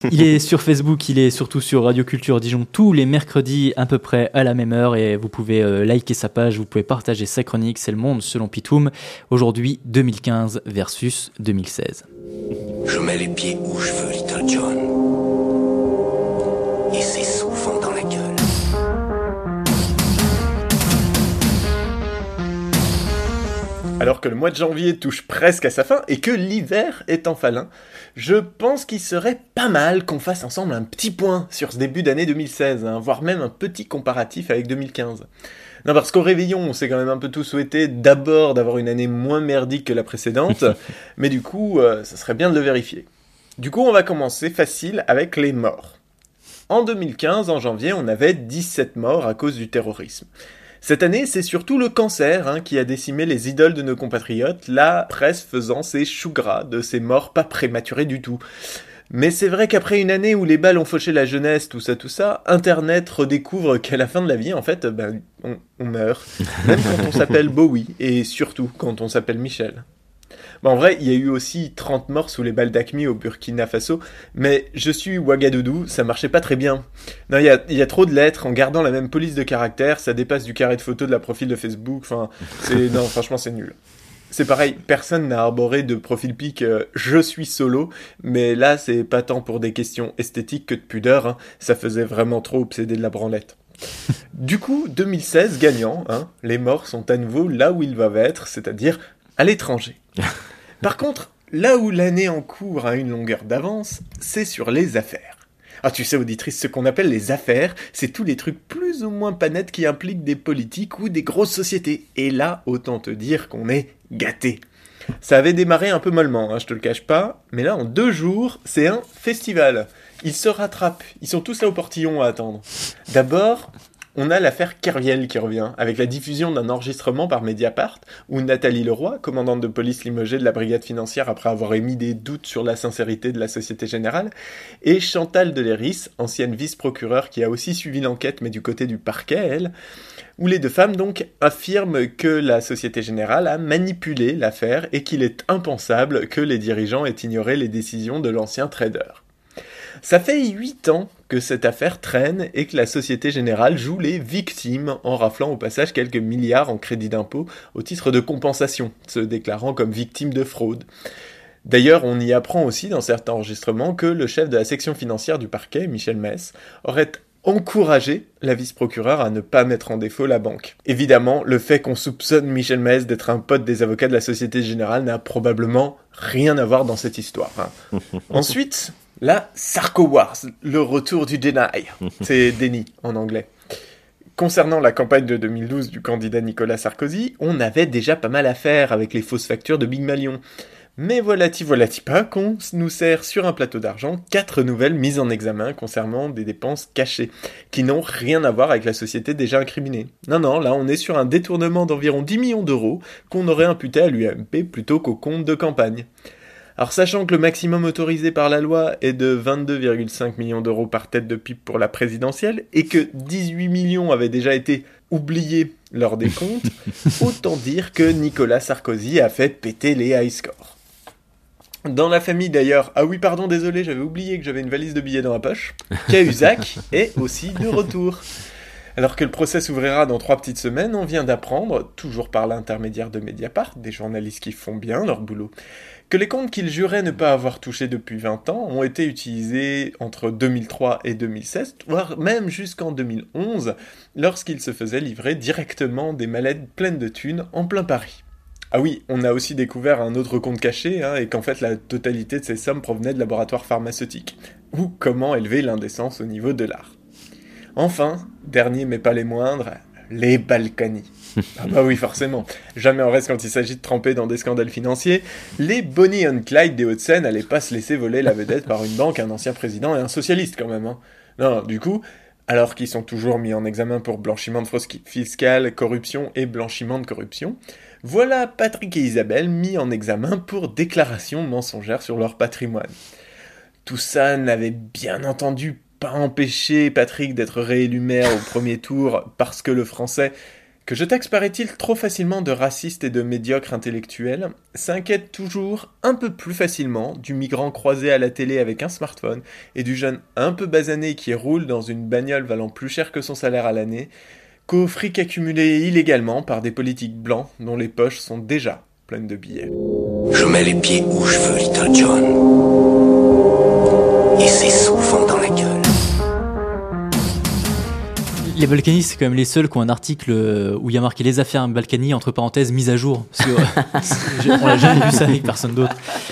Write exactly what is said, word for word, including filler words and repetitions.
Il est sur Facebook, il est surtout sur Radio Culture Dijon tous les mercredis à peu près à la même heure et vous pouvez euh, liker sa page, vous pouvez partager sa chronique, c'est Le Monde selon Pitoum, aujourd'hui deux mille quinze versus deux mille seize. Je mets les pieds où je veux, Little John. Et c'est souvent dans la gueule. Alors que le mois de janvier touche presque à sa fin et que l'hiver est enfin là, je pense qu'il serait pas mal qu'on fasse ensemble un petit point sur ce début d'année deux mille seize, hein, voire même un petit comparatif avec deux mille quinze. Non, parce qu'au réveillon, on s'est quand même un peu tous souhaité d'abord d'avoir une année moins merdique que la précédente, mais du coup, euh, ça serait bien de le vérifier. Du coup, on va commencer facile avec les morts. En deux mille quinze, en janvier, on avait dix-sept morts à cause du terrorisme. Cette année, c'est surtout le cancer hein, qui a décimé les idoles de nos compatriotes, la presse faisant ses choux gras de ces morts pas prématurés du tout. Mais c'est vrai qu'après une année où les balles ont fauché la jeunesse, tout ça, tout ça, Internet redécouvre qu'à la fin de la vie, en fait, ben, on, on meurt. Même quand on s'appelle Bowie, et surtout quand on s'appelle Michel. Bon, en vrai, il y a eu aussi trente morts sous les balles d'A Q M I au Burkina Faso, mais je suis Ouagadougou, ça marchait pas très bien. Non, il y a, y a trop de lettres, en gardant la même police de caractère, ça dépasse du carré de photo de la profil de Facebook, enfin, c'est... non, franchement, c'est nul. C'est pareil, personne n'a arboré de profil pic euh, « je suis solo », mais là, c'est pas tant pour des questions esthétiques que de pudeur, hein, ça faisait vraiment trop obsédé de la branlette. Du coup, deux mille seize, gagnant, hein, les morts sont à nouveau là où ils doivent être, c'est-à-dire à l'étranger. Par contre, là où l'année en cours a une longueur d'avance, c'est sur les affaires. Ah, tu sais, auditrice, ce qu'on appelle les affaires, c'est tous les trucs plus ou moins pas nets qui impliquent des politiques ou des grosses sociétés. Et là, autant te dire qu'on est gâtés. Ça avait démarré un peu mollement, hein, je te le cache pas, mais là, en deux jours, c'est un festival. Ils se rattrapent, ils sont tous là au portillon à attendre. D'abord, on a l'affaire Kerviel qui revient, avec la diffusion d'un enregistrement par Mediapart, où Nathalie Leroy, commandante de police limogée de la brigade financière après avoir émis des doutes sur la sincérité de la Société Générale, et Chantal Deléris, ancienne vice-procureure qui a aussi suivi l'enquête mais du côté du parquet, elle, où les deux femmes donc affirment que la Société Générale a manipulé l'affaire et qu'il est impensable que les dirigeants aient ignoré les décisions de l'ancien trader. Ça fait huit ans que cette affaire traîne et que la Société Générale joue les victimes en raflant au passage quelques milliards en crédit d'impôt au titre de compensation, se déclarant comme victime de fraude. D'ailleurs, on y apprend aussi dans certains enregistrements que le chef de la section financière du parquet, Michel Mess, aurait encouragé la vice-procureure à ne pas mettre en défaut la banque. Évidemment, le fait qu'on soupçonne Michel Mess d'être un pote des avocats de la Société Générale n'a probablement rien à voir dans cette histoire. Hein. Ensuite, la Sarko Wars, le retour du deny. C'est déni en anglais. Concernant la campagne de deux mille douze du candidat Nicolas Sarkozy, on avait déjà pas mal à faire avec les fausses factures de Big Malion. Mais voilà-t-il, voilà-t-il pas qu'on nous sert sur un plateau d'argent quatre nouvelles mises en examen concernant des dépenses cachées, qui n'ont rien à voir avec la société déjà incriminée. Non, non, là on est sur un détournement d'environ dix millions d'euros qu'on aurait imputé à l'U M P plutôt qu'au compte de campagne. Alors sachant que le maximum autorisé par la loi est de vingt-deux virgule cinq millions d'euros par tête de pipe pour la présidentielle, et que dix-huit millions avaient déjà été oubliés lors des comptes, autant dire que Nicolas Sarkozy a fait péter les high scores. Dans la famille d'ailleurs, ah oui pardon désolé j'avais oublié que j'avais une valise de billets dans ma poche, Cahuzac est aussi de retour. Alors que le procès s'ouvrira dans trois petites semaines, on vient d'apprendre, toujours par l'intermédiaire de Mediapart, des journalistes qui font bien leur boulot, que les comptes qu'il jurait ne pas avoir touchés depuis vingt ans ont été utilisés entre deux mille trois et deux mille seize, voire même jusqu'en deux mille onze, lorsqu'il se faisait livrer directement des mallettes pleines de thunes en plein Paris. Ah oui, on a aussi découvert un autre compte caché, hein, et qu'en fait la totalité de ces sommes provenaient de laboratoires pharmaceutiques. Ou comment élever l'indécence au niveau de l'art. Enfin, dernier mais pas les moindres, les Balkany. Ah bah oui, forcément. Jamais en reste quand il s'agit de tremper dans des scandales financiers. Les Bonnie and Clyde des Hauts-de-Seine n'allaient pas se laisser voler la vedette par une banque, un ancien président et un socialiste quand même. Hein. Non, du coup, alors qu'ils sont toujours mis en examen pour blanchiment de fraude fiscale, corruption et blanchiment de corruption, voilà Patrick et Isabelle mis en examen pour déclaration mensongère sur leur patrimoine. Tout ça n'avait bien entendu pas empêché Patrick d'être réélu maire au premier tour parce que le français, que je taxe paraît-il trop facilement de raciste et de médiocre intellectuel, s'inquiète toujours un peu plus facilement du migrant croisé à la télé avec un smartphone et du jeune un peu basané qui roule dans une bagnole valant plus cher que son salaire à l'année, qu'au fric accumulé illégalement par des politiques blancs dont les poches sont déjà pleines de billets. Je mets les pieds où je veux, Little John. Et c'est souvent dans la gueule. Les Balkany, c'est quand même les seuls qui ont un article où il y a marqué les affaires Balkany, entre parenthèses, mise à jour. Parce que, on l'a jamais vu ça avec personne d'autre.